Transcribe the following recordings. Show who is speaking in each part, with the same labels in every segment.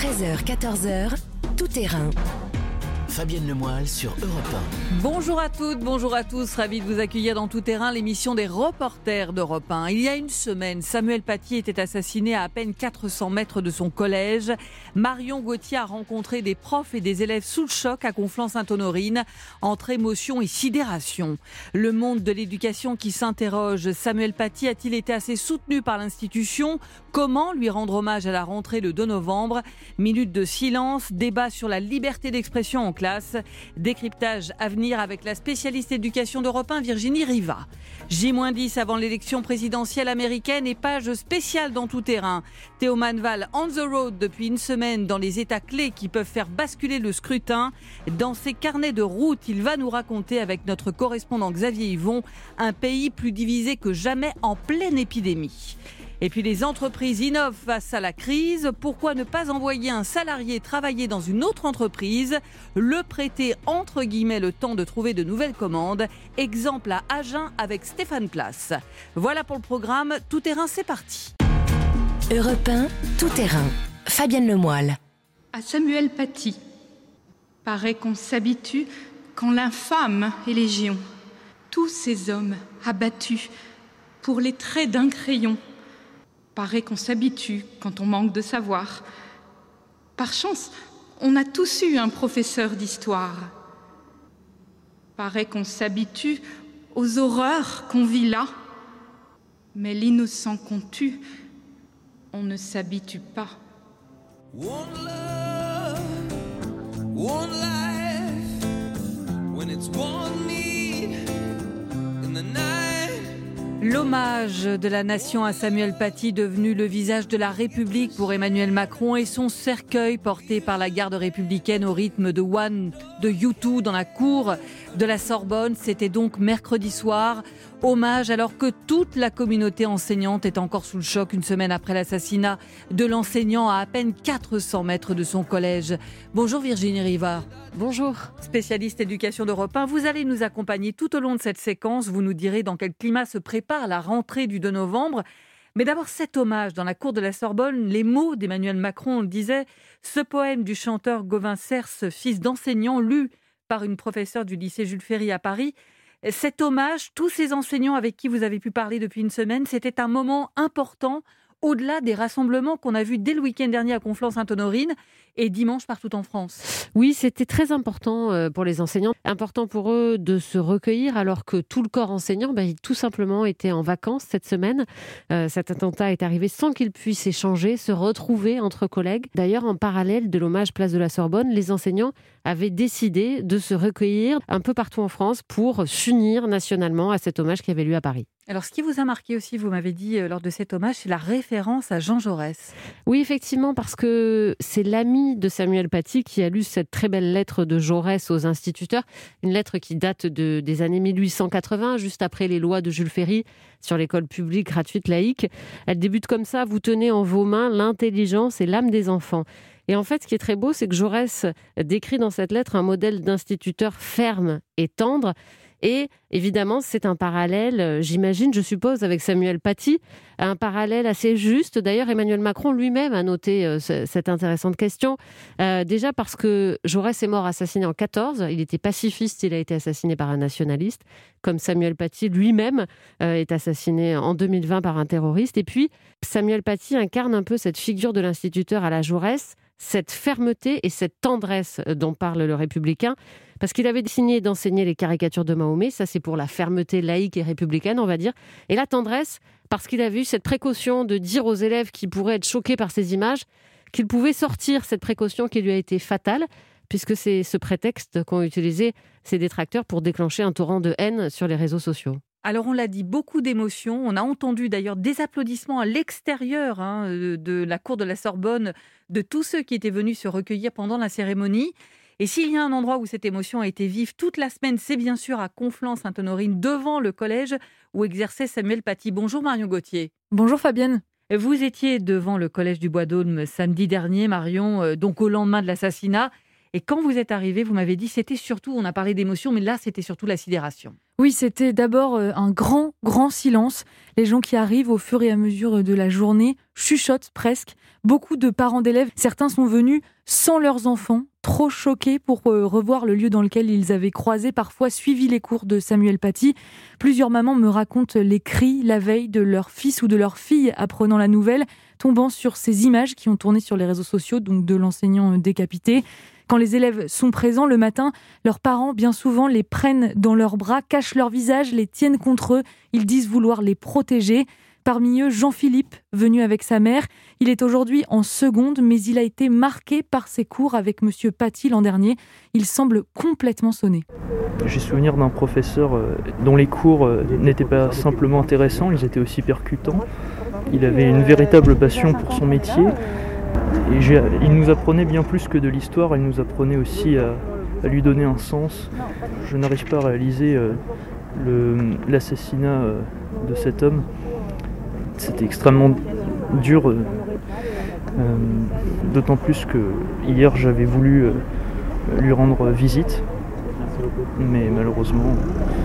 Speaker 1: 13h, 14h, tout terrain.
Speaker 2: Fabienne Lemoyle sur Europe 1.
Speaker 3: Bonjour à toutes, bonjour à tous. Ravi de vous accueillir dans Tout Terrain, l'émission des reporters d'Europe 1. Il y a une semaine, Samuel Paty était assassiné à peine 400 mètres de son collège. Marion Gauthier a rencontré des profs et des élèves sous le choc à Conflans-Sainte-Honorine, entre émotion et sidération. Le monde de l'éducation qui s'interroge. Samuel Paty a-t-il été assez soutenu par l'institution ? Comment lui rendre hommage à la rentrée le 2 novembre ? Minute de silence, débat sur la liberté d'expression en classe. Décryptage à venir avec la spécialiste éducation d'Europe 1, Virginie Riva. J-10 avant l'élection présidentielle américaine et page spéciale dans Tout Terrain. Théo Manval on the road depuis une semaine dans les états clés qui peuvent faire basculer le scrutin. Dans ses carnets de route, il va nous raconter avec notre correspondant Xavier Yvon un pays plus divisé que jamais en pleine épidémie. Et puis les entreprises innovent face à la crise. Pourquoi ne pas envoyer un salarié travailler dans une autre entreprise, le prêter entre guillemets le temps de trouver de nouvelles commandes? Exemple à Agen avec Stéphane Place. Voilà pour le programme. Tout terrain, c'est parti.
Speaker 1: Europe 1, tout terrain. Fabienne Lemoyle.
Speaker 4: À Samuel Paty. Paraît qu'on s'habitue quand l'infâme est légion. Tous ces hommes abattus pour les traits d'un crayon. Paraît qu'on s'habitue quand on manque de savoir. Par chance, on a tous eu un professeur d'histoire. Paraît qu'on s'habitue aux horreurs qu'on vit là. Mais l'innocent qu'on tue, on ne s'habitue pas.
Speaker 5: One love, one life, when it's one need in the night.
Speaker 3: L'hommage de la nation à Samuel Paty, devenu le visage de la République pour Emmanuel Macron, et son cercueil porté par la garde républicaine au rythme de One de U2 dans la cour de la Sorbonne. C'était donc mercredi soir. Hommage alors que toute la communauté enseignante est encore sous le choc une semaine après l'assassinat de l'enseignant à peine 400 mètres de son collège. Bonjour Virginie Riva.
Speaker 6: Bonjour.
Speaker 3: Spécialiste éducation d'Europe 1, vous allez nous accompagner tout au long de cette séquence. Vous nous direz dans quel climat se prépare la rentrée du 2 novembre. Mais d'abord, cet hommage dans la cour de la Sorbonne, les mots d'Emmanuel Macron disaient « Ce poème du chanteur Gauvin Cers, fils d'enseignant, lu par une professeure du lycée Jules Ferry à Paris ». Cet hommage, tous ces enseignants avec qui vous avez pu parler depuis une semaine, c'était un moment important au-delà des rassemblements qu'on a vus dès le week-end dernier à Conflans-Sainte-Honorine et dimanche partout en France.
Speaker 6: Oui, c'était très important pour les enseignants. Important pour eux de se recueillir alors que tout le corps enseignant, tout simplement, était en vacances cette semaine. Cet attentat est arrivé sans qu'ils puissent échanger, se retrouver entre collègues. D'ailleurs, en parallèle de l'hommage Place de la Sorbonne, les enseignants avaient décidé de se recueillir un peu partout en France pour s'unir nationalement à cet hommage qui avait lieu à Paris.
Speaker 3: Alors, ce qui vous a marqué aussi, vous m'avez dit lors de cet hommage, c'est la référence à Jean Jaurès.
Speaker 6: Oui, effectivement, parce que c'est l'ami de Samuel Paty qui a lu cette très belle lettre de Jaurès aux instituteurs, une lettre qui date des années 1880, juste après les lois de Jules Ferry sur l'école publique gratuite laïque. Elle débute comme ça: vous tenez en vos mains l'intelligence et l'âme des enfants. Et en fait, ce qui est très beau, c'est que Jaurès décrit dans cette lettre un modèle d'instituteur ferme et tendre. Et évidemment, c'est un parallèle, j'imagine, je suppose, avec Samuel Paty, un parallèle assez juste. D'ailleurs, Emmanuel Macron lui-même a noté cette intéressante question. Déjà parce que Jaurès est mort assassiné en 14, il était pacifiste, il a été assassiné par un nationaliste, comme Samuel Paty lui-même est assassiné en 2020 par un terroriste. Et puis, Samuel Paty incarne un peu cette figure de l'instituteur à la Jaurès, cette fermeté et cette tendresse dont parle le républicain, parce qu'il avait décidé d'enseigner les caricatures de Mahomet, ça c'est pour la fermeté laïque et républicaine, on va dire, et la tendresse, parce qu'il avait eu cette précaution de dire aux élèves qui pourraient être choqués par ces images, qu'il pouvait sortir cette précaution qui lui a été fatale, puisque c'est ce prétexte qu'ont utilisé ses détracteurs pour déclencher un torrent de haine sur les réseaux sociaux.
Speaker 3: Alors on l'a dit, beaucoup d'émotions. On a entendu d'ailleurs des applaudissements à l'extérieur de la cour de la Sorbonne de tous ceux qui étaient venus se recueillir pendant la cérémonie. Et s'il y a un endroit où cette émotion a été vive toute la semaine, c'est bien sûr à Conflans-Sainte-Honorine, devant le collège où exerçait Samuel Paty. Bonjour Marion Gauthier.
Speaker 7: Bonjour Fabienne.
Speaker 3: Vous étiez devant le collège du Bois d'Aulne samedi dernier, Marion, donc au lendemain de l'assassinat. Et quand vous êtes arrivé, vous m'avez dit, c'était surtout, on a parlé d'émotion, mais là, c'était surtout la sidération.
Speaker 7: Oui, c'était d'abord un grand, grand silence. Les gens qui arrivent au fur et à mesure de la journée chuchotent presque. Beaucoup de parents d'élèves, certains sont venus sans leurs enfants, trop choqués pour revoir le lieu dans lequel ils avaient croisé, parfois suivi les cours de Samuel Paty. Plusieurs mamans me racontent les cris la veille de leur fils ou de leur fille apprenant la nouvelle, tombant sur ces images qui ont tourné sur les réseaux sociaux, donc de l'enseignant décapité. Quand les élèves sont présents le matin, leurs parents, bien souvent, les prennent dans leurs bras, cachent leur visage, les tiennent contre eux. Ils disent vouloir les protéger. Parmi eux, Jean-Philippe, venu avec sa mère. Il est aujourd'hui en seconde, mais il a été marqué par ses cours avec Monsieur Paty l'an dernier. Il semble complètement sonné.
Speaker 8: J'ai souvenir d'un professeur dont les cours n'étaient pas simplement intéressants, ils étaient aussi percutants. Il avait une véritable passion pour son métier. Et il nous apprenait bien plus que de l'histoire, il nous apprenait aussi à lui donner un sens. Je n'arrive pas à réaliser l'assassinat de cet homme. C'était extrêmement dur, d'autant plus que hier j'avais voulu lui rendre visite, mais malheureusement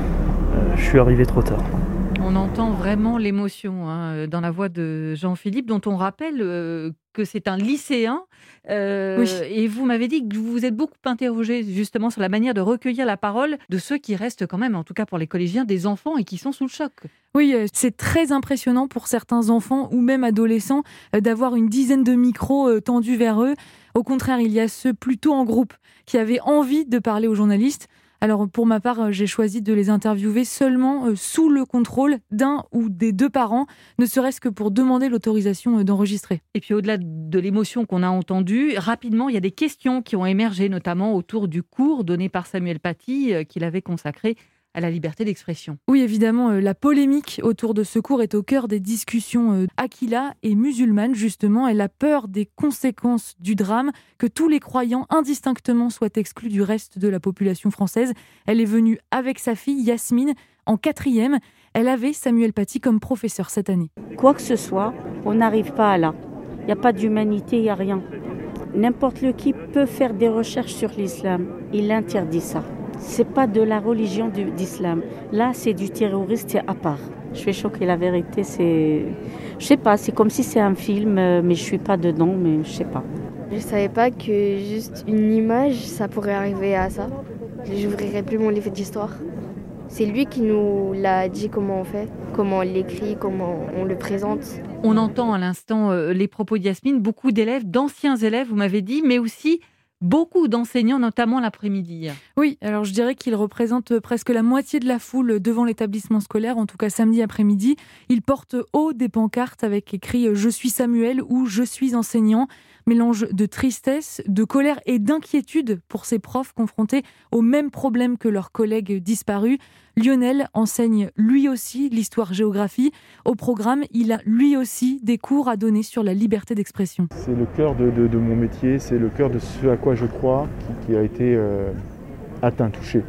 Speaker 8: je suis arrivé trop tard.
Speaker 3: On entend vraiment l'émotion dans la voix de Jean-Philippe, dont on rappelle que c'est un lycéen.
Speaker 7: Oui.
Speaker 3: Et vous m'avez dit que vous vous êtes beaucoup interrogé justement sur la manière de recueillir la parole de ceux qui restent quand même, en tout cas pour les collégiens, des enfants et qui sont sous le choc.
Speaker 7: Oui, c'est très impressionnant pour certains enfants ou même adolescents d'avoir une dizaine de micros tendus vers eux. Au contraire, il y a ceux plutôt en groupe qui avaient envie de parler aux journalistes. Alors pour ma part, j'ai choisi de les interviewer seulement sous le contrôle d'un ou des deux parents, ne serait-ce que pour demander l'autorisation d'enregistrer.
Speaker 3: Et puis au-delà de l'émotion qu'on a entendue, rapidement, il y a des questions qui ont émergé, notamment autour du cours donné par Samuel Paty, qu'il avait consacré à la liberté d'expression.
Speaker 7: Oui, évidemment, la polémique autour de ce cours est au cœur des discussions. Akila est musulmane, justement. Elle a peur des conséquences du drame, que tous les croyants indistinctement soient exclus du reste de la population française. Elle est venue avec sa fille Yasmine en 4e. Elle avait Samuel Paty comme professeur cette année.
Speaker 9: Quoi que ce soit, on n'arrive pas à là. Il n'y a pas d'humanité, il n'y a rien. N'importe qui peut faire des recherches sur l'islam. Il interdit ça. C'est pas de la religion d'islam. Là, c'est du terroriste à part. Je suis choquée, la vérité, c'est... Je sais pas, c'est comme si c'est un film, mais je suis pas dedans, mais je sais pas.
Speaker 10: Je savais pas que juste une image, ça pourrait arriver à ça. J'ouvrirais plus mon livre d'histoire. C'est lui qui nous l'a dit comment on fait, comment on l'écrit, comment on le présente.
Speaker 3: On entend à l'instant les propos de Yasmine, beaucoup d'élèves, d'anciens élèves, vous m'avez dit, mais aussi beaucoup d'enseignants, notamment l'après-midi.
Speaker 7: Oui, alors je dirais qu'il représente presque la moitié de la foule devant l'établissement scolaire, en tout cas samedi après-midi. Il porte haut des pancartes avec écrit « Je suis Samuel » ou « Je suis enseignant ». Mélange de tristesse, de colère et d'inquiétude pour ces profs confrontés aux mêmes problèmes que leurs collègues disparus. Lionel enseigne lui aussi l'histoire-géographie. Au programme, il a lui aussi des cours à donner sur la liberté d'expression.
Speaker 11: C'est le cœur de mon métier, c'est le cœur de ce à quoi je crois qui a été atteint, touché.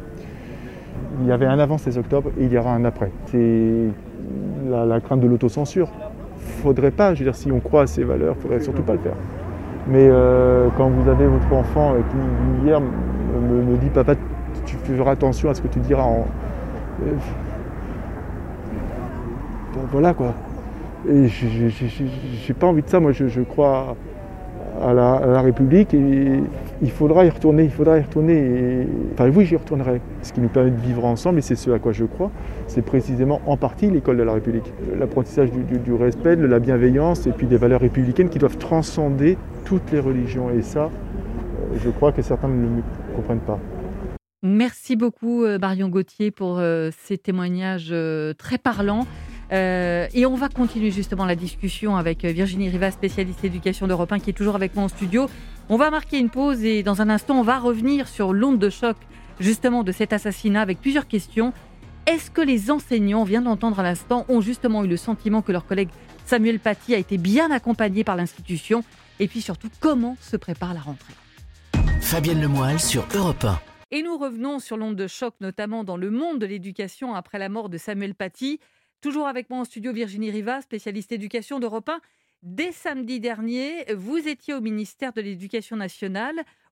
Speaker 11: Il y avait un avant 16 octobre et il y aura un après. C'est la crainte de l'autocensure. Faudrait pas, je veux dire, si on croit à ces valeurs, faudrait surtout pas le faire. Mais quand vous avez votre enfant qui hier me dit « Papa, tu feras attention à ce que tu diras en... » Bon, voilà quoi. Et j'ai pas envie de ça, moi je crois à la République et il faudra y retourner, Enfin oui, j'y retournerai. Ce qui nous permet de vivre ensemble, et c'est ce à quoi je crois, c'est précisément en partie l'école de la République. L'apprentissage du respect, de la bienveillance et puis des valeurs républicaines qui doivent transcender toutes les religions. Et ça, je crois que certains ne le comprennent pas.
Speaker 3: Merci beaucoup Marion Gauthier pour ces témoignages très parlants. Et on va continuer justement la discussion avec Virginie Rivas, spécialiste éducation d'Europe 1, qui est toujours avec moi en studio. On va marquer une pause et dans un instant, on va revenir sur l'onde de choc justement de cet assassinat avec plusieurs questions. Est-ce que les enseignants, on vient de l'entendre à l'instant, ont justement eu le sentiment que leur collègue Samuel Paty a été bien accompagné par l'institution? Et puis surtout, comment se prépare la rentrée?
Speaker 2: Fabienne Lemoyle sur Europe 1.
Speaker 3: Et nous revenons sur l'onde de choc, notamment dans le monde de l'éducation après la mort de Samuel Paty. Toujours avec moi en studio Virginie Rivas, spécialiste éducation d'Europe 1. Dès samedi dernier, vous étiez au ministère de l'Éducation nationale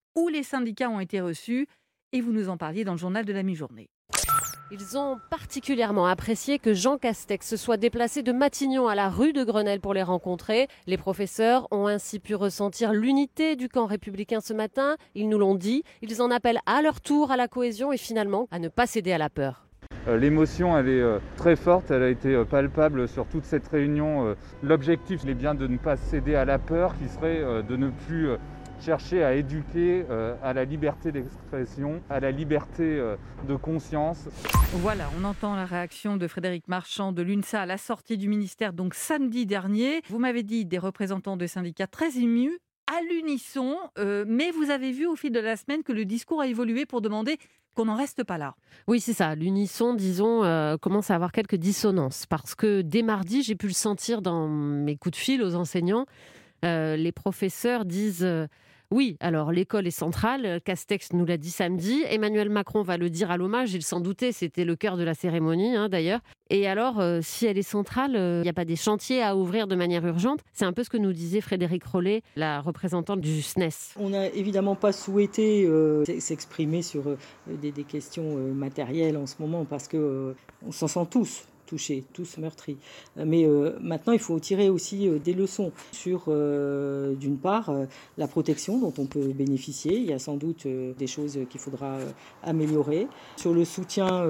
Speaker 3: où les syndicats ont été reçus et vous nous en parliez dans le journal de la mi-journée.
Speaker 6: Ils ont particulièrement apprécié que Jean Castex se soit déplacé de Matignon à la rue de Grenelle pour les rencontrer. Les professeurs ont ainsi pu ressentir l'unité du camp républicain ce matin. Ils nous l'ont dit. Ils en appellent à leur tour à la cohésion et finalement à ne pas céder à la peur.
Speaker 12: L'émotion, elle est très forte, elle a été palpable sur toute cette réunion. L'objectif est bien de ne pas céder à la peur, qui serait de ne plus chercher à éduquer à la liberté d'expression, à la liberté de conscience.
Speaker 3: Voilà, on entend la réaction de Frédéric Marchand de l'UNSA à la sortie du ministère, donc samedi dernier. Vous m'avez dit des représentants de syndicats très émus, à l'unisson, mais vous avez vu au fil de la semaine que le discours a évolué pour demander qu'on n'en reste pas là.
Speaker 6: Oui, c'est ça. L'unisson, disons, commence à avoir quelques dissonances parce que dès mardi, j'ai pu le sentir dans mes coups de fil aux enseignants. Les professeurs disent oui, alors l'école est centrale, Castex nous l'a dit samedi, Emmanuel Macron va le dire à l'hommage, il s'en doutait, c'était le cœur de la cérémonie d'ailleurs. Et alors, si elle est centrale, il n'y a pas des chantiers à ouvrir de manière urgente? C'est un peu ce que nous disait Frédéric Rollet, la représentante du SNES.
Speaker 13: On n'a évidemment pas souhaité s'exprimer sur des questions matérielles en ce moment parce qu'on s'en sent tous touchés, tous meurtris. Mais maintenant, il faut tirer aussi des leçons sur, d'une part, la protection dont on peut bénéficier. Il y a sans doute des choses qu'il faudra améliorer. Sur le soutien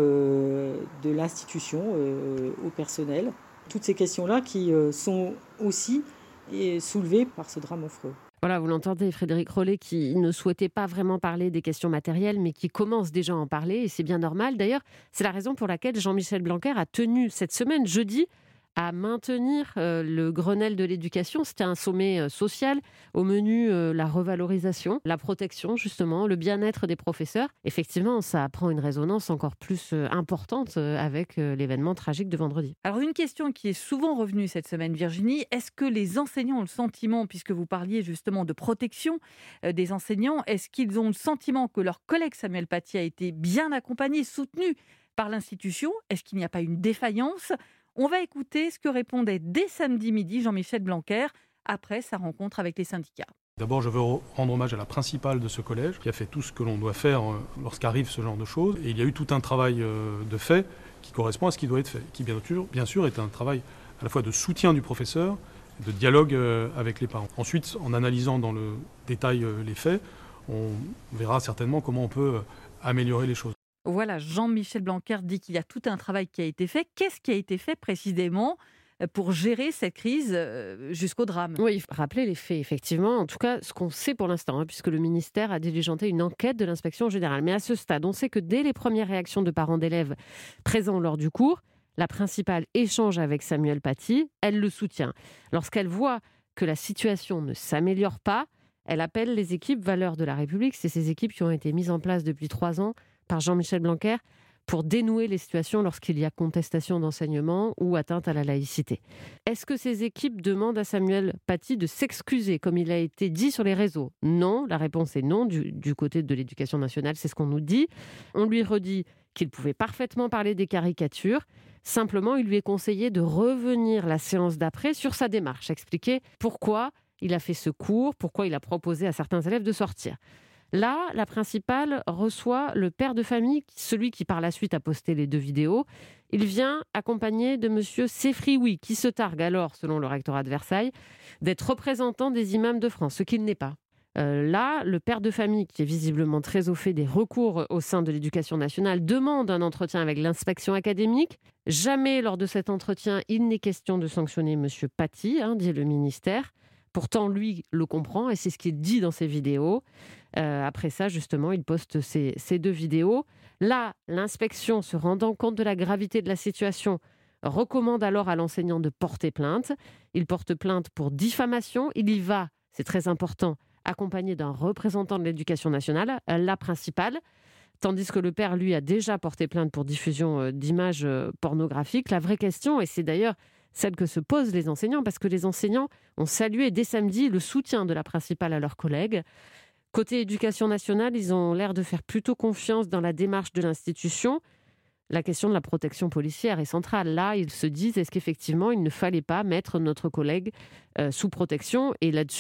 Speaker 13: de l'institution au personnel. Toutes ces questions-là qui sont aussi soulevées par ce drame affreux.
Speaker 6: Voilà, vous l'entendez, Frédéric Rollet, qui ne souhaitait pas vraiment parler des questions matérielles, mais qui commence déjà à en parler, et c'est bien normal. D'ailleurs, c'est la raison pour laquelle Jean-Michel Blanquer a tenu cette semaine, jeudi, à maintenir le Grenelle de l'éducation. C'était un sommet social. Au menu, la revalorisation, la protection, justement, le bien-être des professeurs. Effectivement, ça prend une résonance encore plus importante avec l'événement tragique de vendredi.
Speaker 3: Alors, une question qui est souvent revenue cette semaine, Virginie, est-ce que les enseignants ont le sentiment, puisque vous parliez justement de protection des enseignants, est-ce qu'ils ont le sentiment que leur collègue Samuel Paty a été bien accompagné, soutenu par l'institution? Est-ce qu'il n'y a pas une défaillance? On va écouter ce que répondait dès samedi midi Jean-Michel Blanquer après sa rencontre avec les syndicats.
Speaker 14: D'abord, je veux rendre hommage à la principale de ce collège qui a fait tout ce que l'on doit faire lorsqu'arrive ce genre de choses. Et il y a eu tout un travail de fait qui correspond à ce qui doit être fait, qui bien sûr est un travail à la fois de soutien du professeur, de dialogue avec les parents. Ensuite, en analysant dans le détail les faits, on verra certainement comment on peut améliorer les choses.
Speaker 3: Voilà, Jean-Michel Blanquer dit qu'il y a tout un travail qui a été fait. Qu'est-ce qui a été fait précisément pour gérer cette crise jusqu'au drame?
Speaker 6: Oui, il faut rappeler les faits, effectivement. En tout cas, ce qu'on sait pour l'instant, puisque le ministère a diligenté une enquête de l'inspection générale. Mais à ce stade, on sait que dès les premières réactions de parents d'élèves présents lors du cours, la principale échange avec Samuel Paty, elle le soutient. Lorsqu'elle voit que la situation ne s'améliore pas, elle appelle les équipes Valeurs de la République. C'est ces équipes qui ont été mises en place depuis 3 ans par Jean-Michel Blanquer pour dénouer les situations lorsqu'il y a contestation d'enseignement ou atteinte à la laïcité. Est-ce que ces équipes demandent à Samuel Paty de s'excuser, comme il a été dit sur les réseaux? Non, la réponse est non, du côté de l'Éducation nationale, c'est ce qu'on nous dit. On lui redit qu'il pouvait parfaitement parler des caricatures. Simplement, il lui est conseillé de revenir la séance d'après sur sa démarche, expliquer pourquoi il a fait ce cours, pourquoi il a proposé à certains élèves de sortir. Là, la principale reçoit le père de famille, celui qui par la suite a posté les 2 vidéos. Il vient accompagné de M. Sefrioui, qui se targue alors, selon le rectorat de Versailles, d'être représentant des imams de France, ce qu'il n'est pas. Là, le père de famille, qui est visiblement très au fait des recours au sein de l'Éducation nationale, demande un entretien avec l'inspection académique. Jamais lors de cet entretien, il n'est question de sanctionner M. Paty, dit le ministère. Pourtant, lui le comprend et c'est ce qu'il dit dans ses vidéos. Après ça, justement, il poste ces 2 vidéos. Là, l'inspection, se rendant compte de la gravité de la situation, recommande alors à l'enseignant de porter plainte. Il porte plainte pour diffamation. Il y va, c'est très important, accompagné d'un représentant de l'Éducation nationale, la principale. Tandis que le père, lui, a déjà porté plainte pour diffusion d'images pornographiques. La vraie question, et c'est d'ailleurs celle que se posent les enseignants, parce que les enseignants ont salué dès samedi le soutien de la principale à leurs collègues. Côté Éducation nationale, ils ont l'air de faire plutôt confiance dans la démarche de l'institution. La question de la protection policière est centrale. Là, ils se disent, est-ce qu'effectivement, il ne fallait pas mettre notre collègue sous protection? Et là-dessus,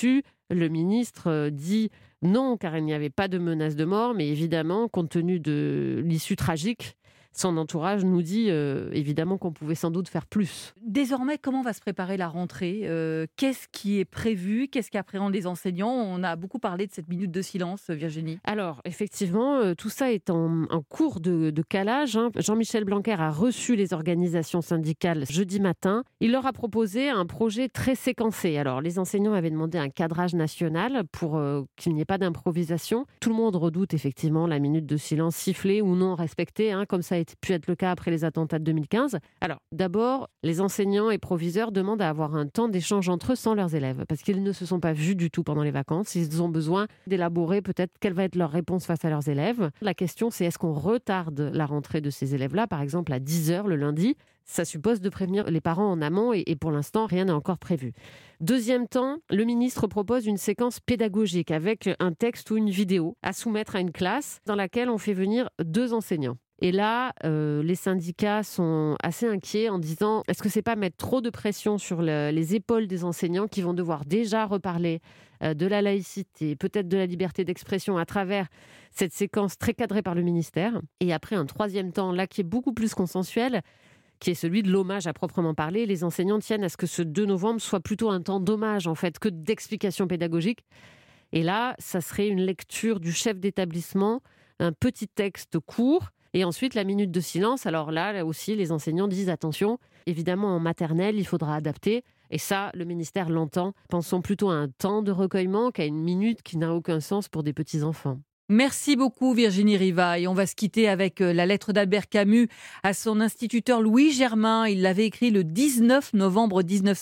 Speaker 6: Le ministre dit non, car il n'y avait pas de menace de mort, mais évidemment, compte tenu de l'issue tragique, son entourage nous dit évidemment qu'on pouvait sans doute faire plus.
Speaker 3: Désormais, comment va se préparer la rentrée ? Qu'est-ce qui est prévu ? Qu'est-ce qu'appréhendent les enseignants ? On a beaucoup parlé de cette minute de silence, Virginie.
Speaker 6: Alors, effectivement, tout ça est en cours de calage. Jean-Michel Blanquer a reçu les organisations syndicales jeudi matin. Il leur a proposé un projet très séquencé. Alors, les enseignants avaient demandé un cadrage national pour qu'il n'y ait pas d'improvisation. Tout le monde redoute effectivement la minute de silence sifflée ou non respectée, comme ça a pu être le cas après les attentats de 2015. Alors, d'abord, les enseignants et proviseurs demandent à avoir un temps d'échange entre eux sans leurs élèves, parce qu'ils ne se sont pas vus du tout pendant les vacances. Ils ont besoin d'élaborer peut-être quelle va être leur réponse face à leurs élèves. La question, c'est est-ce qu'on retarde la rentrée de ces élèves-là, par exemple à 10h le lundi ? Ça suppose de prévenir les parents en amont et pour l'instant, rien n'est encore prévu. Deuxième temps, le ministre propose une séquence pédagogique avec un texte ou une vidéo à soumettre à une classe dans laquelle on fait venir 2 enseignants. Et là, les syndicats sont assez inquiets en disant est-ce que c'est pas mettre trop de pression sur les épaules des enseignants qui vont devoir déjà reparler de la laïcité, peut-être de la liberté d'expression à travers cette séquence très cadrée par le ministère. Et après, un troisième temps, là, qui est beaucoup plus consensuel, qui est celui de l'hommage à proprement parler. Les enseignants tiennent à ce que ce 2 novembre soit plutôt un temps d'hommage, en fait, que d'explication pédagogique. Et là, ça serait une lecture du chef d'établissement, un petit texte court, et ensuite la minute de silence. Alors là aussi, les enseignants disent attention, évidemment en maternelle, il faudra adapter. Et ça, le ministère l'entend. Pensons plutôt à un temps de recueillement qu'à une minute qui n'a aucun sens pour des petits-enfants.
Speaker 3: Merci beaucoup Virginie Riva. Et on va se quitter avec la lettre d'Albert Camus à son instituteur Louis Germain. Il l'avait écrit le 19 novembre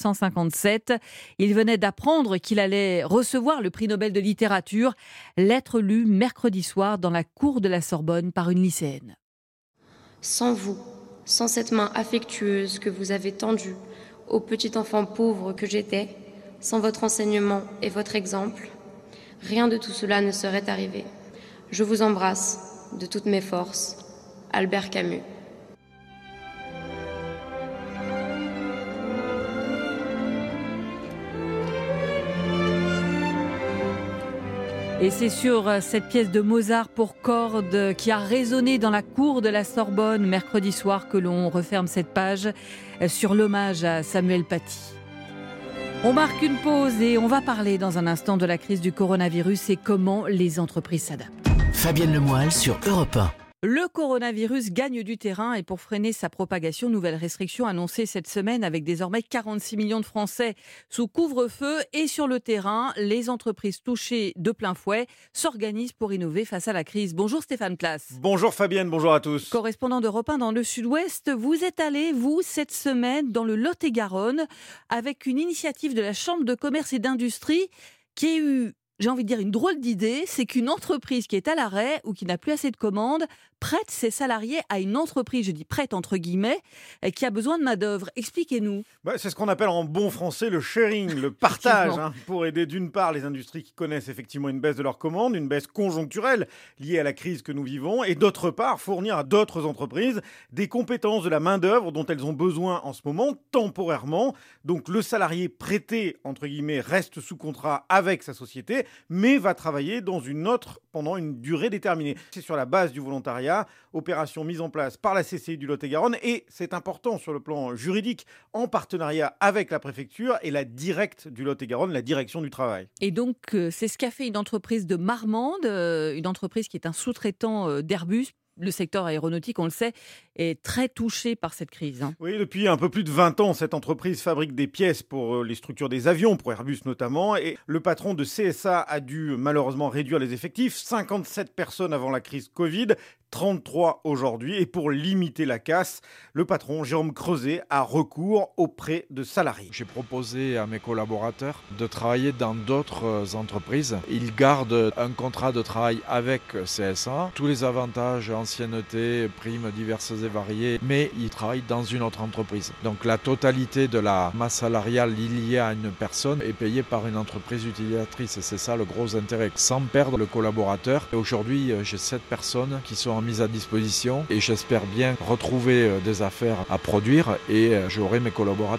Speaker 3: 1957. Il venait d'apprendre qu'il allait recevoir le prix Nobel de littérature. Lettre lue mercredi soir dans la cour de la Sorbonne par une lycéenne.
Speaker 15: Sans vous, sans cette main affectueuse que vous avez tendue au petit enfant pauvre que j'étais, sans votre enseignement et votre exemple, rien de tout cela ne serait arrivé. Je vous embrasse de toutes mes forces. Albert Camus.
Speaker 3: Et c'est sur cette pièce de Mozart pour cordes qui a résonné dans la cour de la Sorbonne mercredi soir que l'on referme cette page sur l'hommage à Samuel Paty. On marque une pause et on va parler dans un instant de la crise du coronavirus et comment les entreprises s'adaptent.
Speaker 2: Fabienne Lemoyle sur Europe 1.
Speaker 3: Le coronavirus gagne du terrain et pour freiner sa propagation, nouvelles restrictions annoncées cette semaine avec désormais 46 millions de Français sous couvre-feu et sur le terrain, les entreprises touchées de plein fouet s'organisent pour innover face à la crise. Bonjour Stéphane Place.
Speaker 16: Bonjour Fabienne, bonjour à tous.
Speaker 3: Correspondant d'Europe 1 dans le Sud-Ouest, vous êtes allé, vous, cette semaine dans le Lot-et-Garonne avec une initiative de la Chambre de commerce et d'industrie qui a eu, j'ai envie de dire, une drôle d'idée, c'est qu'une entreprise qui est à l'arrêt ou qui n'a plus assez de commandes prête ses salariés à une entreprise, je dis prête entre guillemets, qui a besoin de main-d'œuvre. Expliquez-nous.
Speaker 16: C'est ce qu'on appelle en bon français le sharing, le partage, pour aider d'une part les industries qui connaissent effectivement une baisse de leurs commandes, une baisse conjoncturelle liée à la crise que nous vivons, et d'autre part fournir à d'autres entreprises des compétences, de la main-d'œuvre dont elles ont besoin en ce moment, temporairement. Donc le salarié prêté, entre guillemets, reste sous contrat avec sa société, mais va travailler dans une autre pendant une durée déterminée. C'est sur la base du volontariat, opération mise en place par la CCI du Lot-et-Garonne, et c'est important sur le plan juridique, en partenariat avec la préfecture et la directe du Lot-et-Garonne, la direction du travail.
Speaker 3: Et donc, c'est ce qu'a fait une entreprise de Marmande, une entreprise qui est un sous-traitant d'Airbus. Le secteur aéronautique, on le sait, est très touché par cette crise.
Speaker 16: Oui, depuis un peu plus de 20 ans, cette entreprise fabrique des pièces pour les structures des avions, pour Airbus notamment. Et le patron de CSA a dû malheureusement réduire les effectifs. 57 personnes avant la crise Covid, 33 aujourd'hui. Et pour limiter la casse, le patron, Jérôme Creuset, a recours auprès de salariés.
Speaker 17: J'ai proposé à mes collaborateurs de travailler dans d'autres entreprises. Ils gardent un contrat de travail avec CSA. Tous les avantages, ancienneté, primes diverses et variées, mais ils travaillent dans une autre entreprise. Donc la totalité de la masse salariale liée à une personne est payée par une entreprise utilisatrice. Et c'est ça le gros intérêt, sans perdre le collaborateur. Et aujourd'hui, j'ai 7 personnes qui sont mises à disposition et j'espère bien retrouver des affaires à produire et j'aurai mes collaborateurs.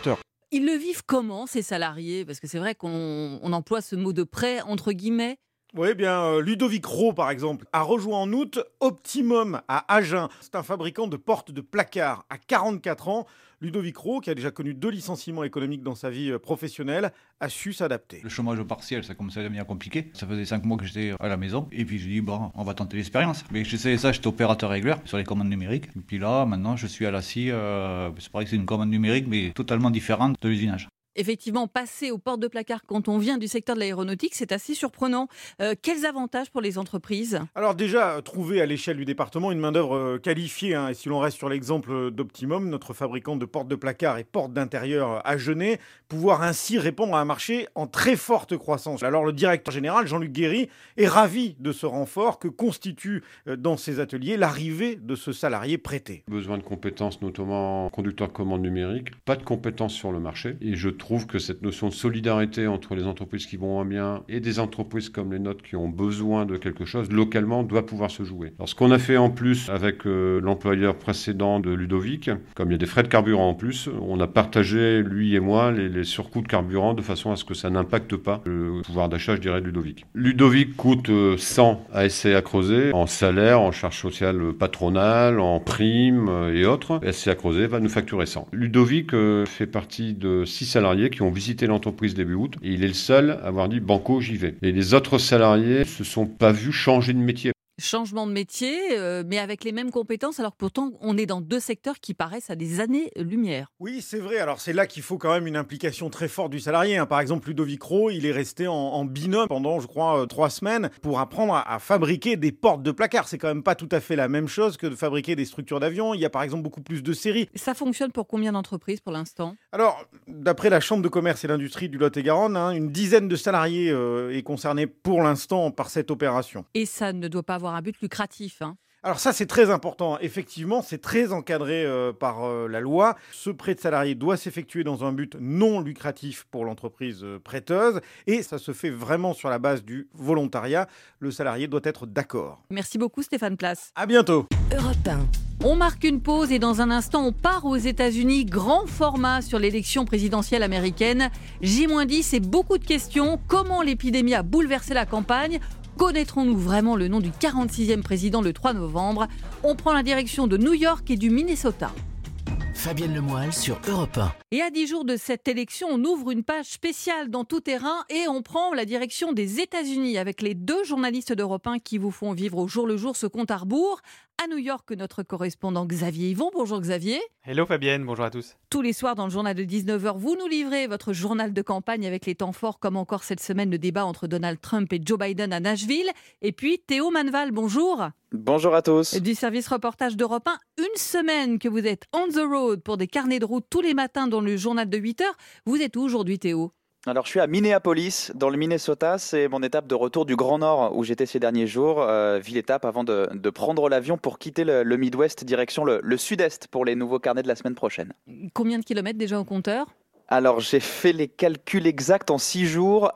Speaker 3: Ils le vivent comment, ces salariés? Parce que c'est vrai qu'on emploie ce mot de prêt, entre guillemets.
Speaker 16: Oui, bien, Ludovic Roux, par exemple, a rejoint en août Optimum à Agen. C'est un fabricant de portes de placard. À 44 ans, Ludovic Roux, qui a déjà connu 2 licenciements économiques dans sa vie professionnelle, a su s'adapter.
Speaker 18: Le chômage partiel, ça commençait à devenir compliqué. Ça faisait 5 mois que j'étais à la maison. Et puis j'ai dit, bon, on va tenter l'expérience. Mais j'essayais ça, j'étais opérateur régleur sur les commandes numériques. Et puis là, maintenant, je suis à la scie. C'est pareil que c'est une commande numérique, mais totalement différente de l'usinage.
Speaker 3: Effectivement, passer aux portes de placard quand on vient du secteur de l'aéronautique, c'est assez surprenant. Quels avantages pour les entreprises?
Speaker 16: Alors déjà, trouver à l'échelle du département une main-d'œuvre qualifiée. Et si l'on reste sur l'exemple d'Optimum, notre fabricant de portes de placard et portes d'intérieur agenais, pouvoir ainsi répondre à un marché en très forte croissance. Alors le directeur général, Jean-Luc Guéry, est ravi de ce renfort que constitue dans ses ateliers l'arrivée de ce salarié prêté.
Speaker 19: Besoin de compétences, notamment conducteur de commande numérique, pas de compétences sur le marché. Et je trouve que cette notion de solidarité entre les entreprises qui vont moins bien et des entreprises comme les nôtres qui ont besoin de quelque chose, localement, doit pouvoir se jouer. Alors ce qu'on a fait en plus avec l'employeur précédent de Ludovic, comme il y a des frais de carburant en plus, on a partagé, lui et moi, les surcoûts de carburant de façon à ce que ça n'impacte pas le pouvoir d'achat, je dirais, de Ludovic. Ludovic coûte 100 à SCA Creuset en salaire, en charges sociales patronales, en primes et autres. SCA Creuset va nous facturer 100. Ludovic fait partie de 6 salariés qui ont visité l'entreprise début août et il est le seul à avoir dit banco, j'y vais. Et les autres salariés se sont pas vus changer de métier.
Speaker 3: Changement de métier, mais avec les mêmes compétences, alors que pourtant on est dans 2 secteurs qui paraissent à des années-lumière.
Speaker 16: Oui, c'est vrai. Alors c'est là qu'il faut quand même une implication très forte du salarié. Par exemple, Ludovic Roux, il est resté en binôme pendant, je crois, 3 semaines pour apprendre à fabriquer des portes de placard. C'est quand même pas tout à fait la même chose que de fabriquer des structures d'avion. Il y a par exemple beaucoup plus de séries.
Speaker 3: Ça fonctionne pour combien d'entreprises pour l'instant?
Speaker 16: Alors, d'après la Chambre de commerce et d'industrie du Lot-et-Garonne, une dizaine de salariés est concernée pour l'instant par cette opération.
Speaker 3: Et ça ne doit pas avoir un but lucratif,
Speaker 16: Alors ça, c'est très important. Effectivement, c'est très encadré par la loi. Ce prêt de salarié doit s'effectuer dans un but non lucratif pour l'entreprise prêteuse. Et ça se fait vraiment sur la base du volontariat. Le salarié doit être d'accord.
Speaker 3: Merci beaucoup Stéphane Place.
Speaker 16: À bientôt.
Speaker 1: Europe 1.
Speaker 3: On marque une pause et dans un instant, on part aux États-Unis. Grand format sur l'élection présidentielle américaine. J-10 et beaucoup de questions. Comment l'épidémie a bouleversé la campagne ? Connaîtrons-nous vraiment le nom du 46e président le 3 novembre ? On prend la direction de New York et du Minnesota.
Speaker 2: Fabienne Lemoyle sur Europe 1.
Speaker 3: Et à 10 jours de cette élection, on ouvre une page spéciale dans Tout Terrain et on prend la direction des États-Unis avec les 2 journalistes d'Europe 1 qui vous font vivre au jour le jour ce compte à rebours. À New York, notre correspondant Xavier Yvon. Bonjour Xavier.
Speaker 20: Hello Fabienne, bonjour à tous.
Speaker 3: Tous les soirs dans le journal de 19h, vous nous livrez votre journal de campagne avec les temps forts, comme encore cette semaine le débat entre Donald Trump et Joe Biden à Nashville. Et puis Théo Manval, bonjour.
Speaker 21: Bonjour à tous.
Speaker 3: Du service reportage d'Europe 1, une semaine que vous êtes on the road pour des carnets de route tous les matins dans le journal de 8h. Vous êtes où aujourd'hui Théo ?
Speaker 21: Alors je suis à Minneapolis, dans le Minnesota. C'est mon étape de retour du Grand Nord où j'étais ces derniers jours. Ville étape avant de prendre l'avion pour quitter le Midwest, direction le Sud-Est pour les nouveaux carnets de la semaine prochaine.
Speaker 3: Combien de kilomètres déjà au compteur ?
Speaker 21: Alors j'ai fait les calculs exacts en 6 jours,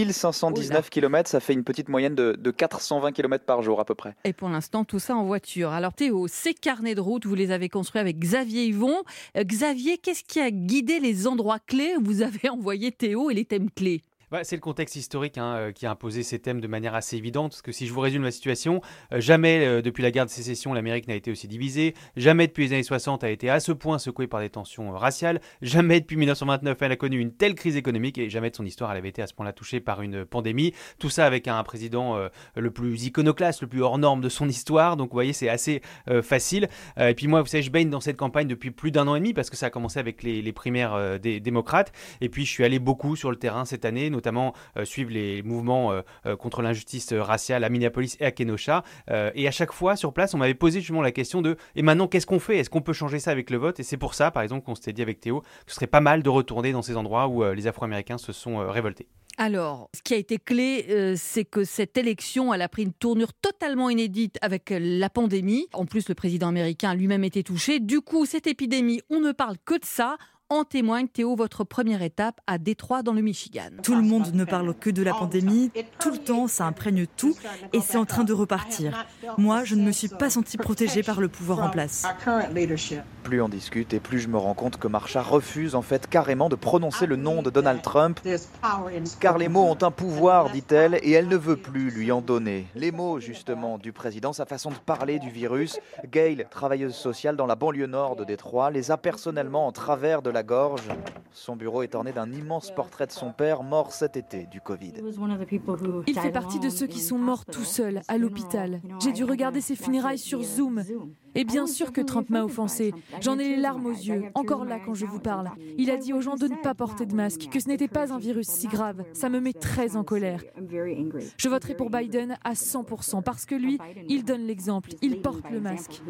Speaker 21: 2519 km, ça fait une petite moyenne de 420 km par jour à peu près.
Speaker 3: Et pour l'instant, tout ça en voiture. Alors Théo, ces carnets de route, vous les avez construits avec Xavier Yvon. Xavier, qu'est-ce qui a guidé les endroits clés où vous avez envoyé Théo et les thèmes clés ?
Speaker 20: C'est le contexte historique qui a imposé ces thèmes de manière assez évidente, parce que si je vous résume la situation, jamais depuis la guerre de sécession l'Amérique n'a été aussi divisée, jamais depuis les années 60 a été à ce point secouée par des tensions raciales, jamais depuis 1929 elle a connu une telle crise économique et jamais de son histoire elle avait été à ce point-là touchée par une pandémie. Tout ça avec un président le plus iconoclaste, le plus hors norme de son histoire, donc vous voyez c'est assez facile. Et puis moi vous savez je baigne dans cette campagne depuis plus d'1 an et demi parce que ça a commencé avec les primaires des démocrates et puis je suis allé beaucoup sur le terrain cette année, notamment suivre les mouvements contre l'injustice raciale à Minneapolis et à Kenosha. Et à chaque fois, sur place, on m'avait posé justement la question de « Et maintenant, qu'est-ce qu'on fait ? Est-ce qu'on peut changer ça avec le vote ?» Et c'est pour ça, par exemple, qu'on s'était dit avec Théo que ce serait pas mal de retourner dans ces endroits où les Afro-Américains se sont révoltés.
Speaker 3: Alors, ce qui a été clé, c'est que cette élection, elle a pris une tournure totalement inédite avec la pandémie. En plus, le président américain lui-même était touché. Du coup, cette épidémie, on ne parle que de ça. En témoigne, Théo, votre première étape à Détroit, dans le Michigan.
Speaker 22: Tout le monde ne parle que de la pandémie, tout le temps, ça imprègne tout, et c'est en train de repartir. Moi, je ne me suis pas sentie protégée par le pouvoir en place.
Speaker 21: plus on discute et plus je me rends compte que Marsha refuse en fait carrément de prononcer le nom de Donald Trump. Car les mots ont un pouvoir, dit-elle, et elle ne veut plus lui en donner. Les mots, justement, du président, sa façon de parler du virus. Gail, travailleuse sociale dans la banlieue nord de Détroit, les a personnellement en travers de la gorge. Son bureau est orné d'un immense portrait de son père, mort cet été du Covid.
Speaker 7: Il fait partie de ceux qui sont morts tout seuls à l'hôpital. J'ai dû regarder ses funérailles sur Zoom. Et bien sûr que Trump m'a offensé. J'en ai les larmes aux yeux, encore là quand je vous parle. Il a dit aux gens de ne pas porter de masque, que ce n'était pas un virus si grave. Ça me met très en colère. Je voterai pour Biden à 100% parce que lui, il donne l'exemple, il porte le masque.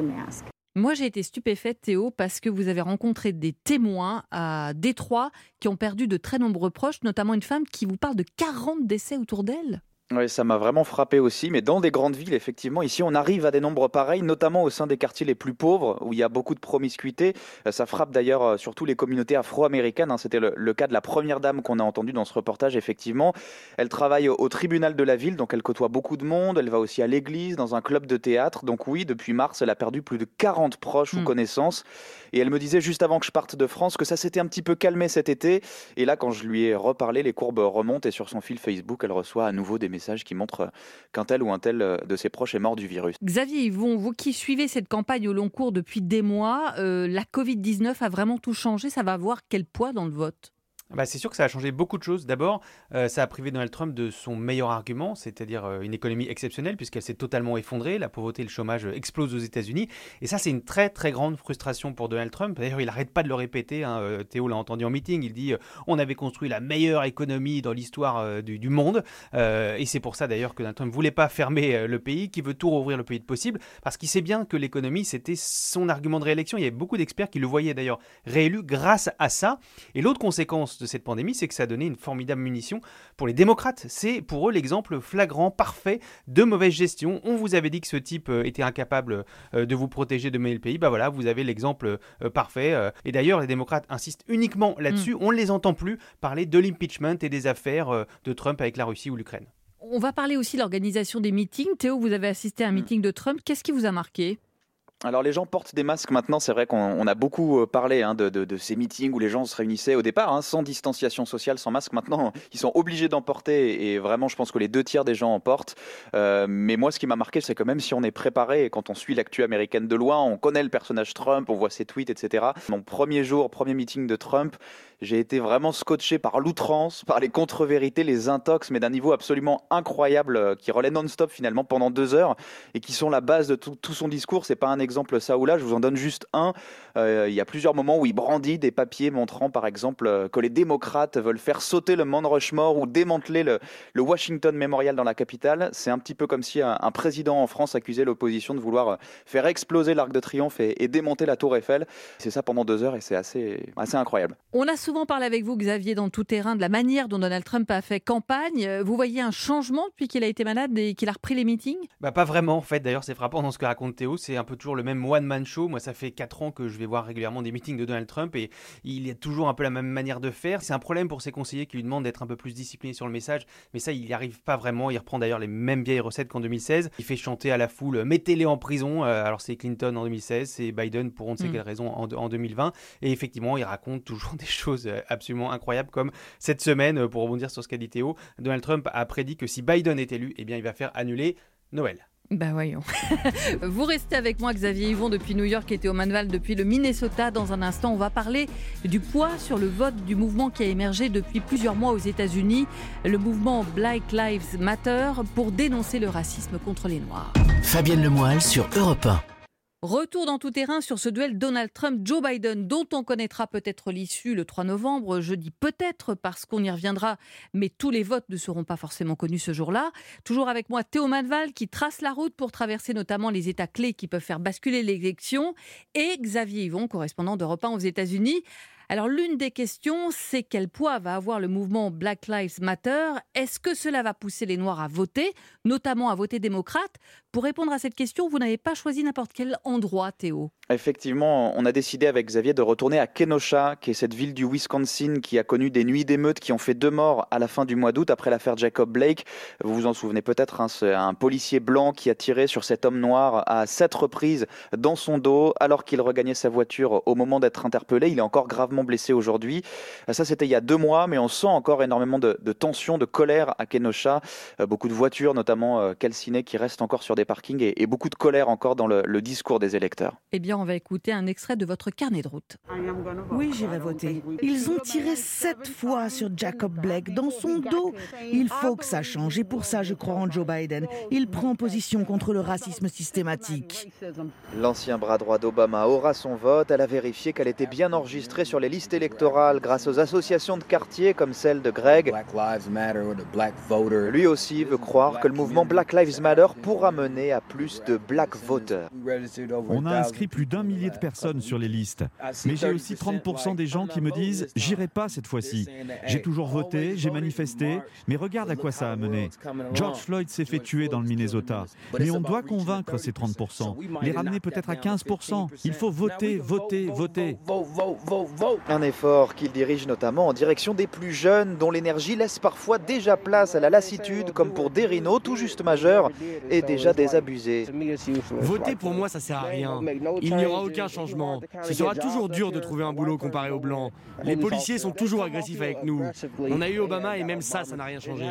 Speaker 3: Moi, j'ai été stupéfaite, Théo, parce que vous avez rencontré des témoins à Détroit qui ont perdu de très nombreux proches, notamment une femme qui vous parle de 40 décès autour d'elle.
Speaker 21: Oui, ça m'a vraiment frappé aussi, mais dans des grandes villes, effectivement, ici on arrive à des nombres pareils, notamment au sein des quartiers les plus pauvres, où il y a beaucoup de promiscuité. Ça frappe d'ailleurs surtout les communautés afro-américaines, C'était le cas de la première dame qu'on a entendue dans ce reportage, effectivement. Elle travaille au tribunal de la ville, donc elle côtoie beaucoup de monde, elle va aussi à l'église, dans un club de théâtre. Donc oui, depuis mars, elle a perdu plus de 40 proches ou connaissances. Et elle me disait juste avant que je parte de France que ça s'était un petit peu calmé cet été. Et là, quand je lui ai reparlé, les courbes remontent et sur son fil Facebook, elle reçoit à nouveau des messages qui montrent qu'un tel ou un tel de ses proches est mort du virus.
Speaker 3: Xavier Yvon, vous qui suivez cette campagne au long cours depuis des mois, la Covid-19 a vraiment tout changé. Ça va avoir quel poids dans le vote ?
Speaker 20: C'est sûr que ça a changé beaucoup de choses. D'abord, ça a privé Donald Trump de son meilleur argument, c'est-à-dire une économie exceptionnelle puisqu'elle s'est totalement effondrée. La pauvreté et le chômage explosent aux États-Unis. Et ça, c'est une très très grande frustration pour Donald Trump. D'ailleurs, il n'arrête pas de le répéter. Théo l'a entendu en meeting. Il dit on avait construit la meilleure économie dans l'histoire du monde. Et c'est pour ça d'ailleurs que Donald Trump ne voulait pas fermer le pays, qu'il veut tout rouvrir le plus vite possible, parce qu'il sait bien que l'économie, c'était son argument de réélection. Il y avait beaucoup d'experts qui le voyaient d'ailleurs réélu grâce à ça. Et l'autre conséquence de cette pandémie, c'est que ça a donné une formidable munition pour les démocrates. C'est pour eux l'exemple flagrant, parfait de mauvaise gestion. On vous avait dit que ce type était incapable de vous protéger, de mener le pays. Voilà, vous avez l'exemple parfait. Et d'ailleurs, les démocrates insistent uniquement là-dessus. On ne les entend plus parler de l'impeachment et des affaires de Trump avec la Russie ou l'Ukraine.
Speaker 3: On va parler aussi de l'organisation des meetings. Théo, vous avez assisté à un meeting de Trump. Qu'est-ce qui vous a marqué ?
Speaker 21: Alors les gens portent des masques maintenant, c'est vrai qu'on a beaucoup parlé de ces meetings où les gens se réunissaient au départ, sans distanciation sociale, sans masque. Maintenant, ils sont obligés d'en porter et vraiment je pense que les 2/3 des gens en portent. Mais moi ce qui m'a marqué, c'est que même si on est préparé et quand on suit l'actu américaine de loin, on connaît le personnage Trump, on voit ses tweets, etc. Mon premier meeting de Trump, j'ai été vraiment scotché par l'outrance, par les contre-vérités, les intox, mais d'un niveau absolument incroyable qui relaient non-stop finalement pendant 2 heures et qui sont la base de tout son discours. C'est pas un exemple ça ou là, je vous en donne juste un. Il y a plusieurs moments où il brandit des papiers montrant par exemple que les démocrates veulent faire sauter le Mount Rushmore ou démanteler le Washington Memorial dans la capitale. C'est un petit peu comme si un président en France accusait l'opposition de vouloir faire exploser l'Arc de Triomphe et démonter la Tour Eiffel. C'est ça pendant 2 heures et c'est assez incroyable.
Speaker 3: On a souvent parlé avec vous, Xavier, dans Tout Terrain, de la manière dont Donald Trump a fait campagne. Vous voyez un changement depuis qu'il a été malade et qu'il a repris les meetings ?
Speaker 20: Pas vraiment, en fait. D'ailleurs, c'est frappant dans ce que raconte Théo. C'est un peu toujours le même one-man show. Moi, ça fait 4 ans que je vais voir régulièrement des meetings de Donald Trump et il y a toujours un peu la même manière de faire. C'est un problème pour ses conseillers qui lui demandent d'être un peu plus disciplinés sur le message, mais ça, il n'y arrive pas vraiment. Il reprend d'ailleurs les mêmes vieilles recettes qu'en 2016. Il fait chanter à la foule « mettez-les en prison ». Alors, c'est Clinton en 2016, c'est Biden pour on ne sait quelle raison en 2020. Et effectivement, il raconte toujours des choses absolument incroyables comme cette semaine, pour rebondir sur ce qu'a dit Théo, Donald Trump a prédit que si Biden est élu, il va faire annuler Noël.
Speaker 3: Voyons. Vous restez avec moi, Xavier Yvon, depuis New York et Théo Manval depuis le Minnesota. Dans un instant, on va parler du poids sur le vote du mouvement qui a émergé depuis plusieurs mois aux États-Unis, le mouvement Black Lives Matter, pour dénoncer le racisme contre les Noirs.
Speaker 2: Fabienne Lemoyle sur Europe 1.
Speaker 3: Retour dans Tout Terrain sur ce duel Donald Trump-Joe Biden, dont on connaîtra peut-être l'issue le 3 novembre. Je dis peut-être parce qu'on y reviendra, mais tous les votes ne seront pas forcément connus ce jour-là. Toujours avec moi Théo Manval qui trace la route pour traverser notamment les États clés qui peuvent faire basculer l'élection, et Xavier Yvon, correspondant d'Europe 1 aux États-Unis. Alors l'une des questions, c'est quel poids va avoir le mouvement Black Lives Matter ? Est-ce que cela va pousser les Noirs à voter, notamment à voter démocrate ? Pour répondre à cette question, vous n'avez pas choisi n'importe quel endroit, Théo.
Speaker 21: Effectivement, on a décidé avec Xavier de retourner à Kenosha, qui est cette ville du Wisconsin qui a connu des nuits d'émeutes qui ont fait 2 morts à la fin du mois d'août après l'affaire Jacob Blake. Vous vous en souvenez peut-être, hein, c'est un policier blanc qui a tiré sur cet homme noir à 7 reprises dans son dos alors qu'il regagnait sa voiture au moment d'être interpellé. Il est encore gravement blessé aujourd'hui. Ça, c'était il y a 2 mois, mais on sent encore énormément de tension, de colère à Kenosha. Beaucoup de voitures, notamment calcinées, qui restent encore sur des parkings et beaucoup de colère encore dans le discours des électeurs.
Speaker 3: Eh bien, on va écouter un extrait de votre carnet de route.
Speaker 4: Oui, j'irai voter. Ils ont tiré 7 fois sur Jacob Blake dans son dos. Il faut que ça change et pour ça, je crois en Joe Biden. Il prend position contre le racisme systématique.
Speaker 21: L'ancien bras droit d'Obama aura son vote. Elle a vérifié qu'elle était bien enregistrée sur les listes électorales grâce aux associations de quartier comme celle de Greg. Lui aussi veut croire que le mouvement Black Lives Matter pourra mener à plus de black voters.
Speaker 5: On a inscrit plus d'1 millier de personnes sur les listes. Mais j'ai aussi 30% des gens qui me disent « j'irai pas cette fois-ci ». J'ai toujours voté, j'ai manifesté, mais regarde à quoi ça a mené. George Floyd s'est fait tuer dans le Minnesota. Mais on doit convaincre ces 30%, les ramener peut-être à 15%. Il faut voter, voter, voter.
Speaker 21: Un effort qu'il dirige notamment en direction des plus jeunes, dont l'énergie laisse parfois déjà place à la lassitude, comme pour Derino, tout juste majeur, et déjà désabusé.
Speaker 23: Voter pour moi, ça sert à rien. Il n'y aura aucun changement. Ce sera toujours dur de trouver un boulot comparé aux Blancs. Les policiers sont toujours agressifs avec nous. On a eu Obama et même ça n'a rien changé.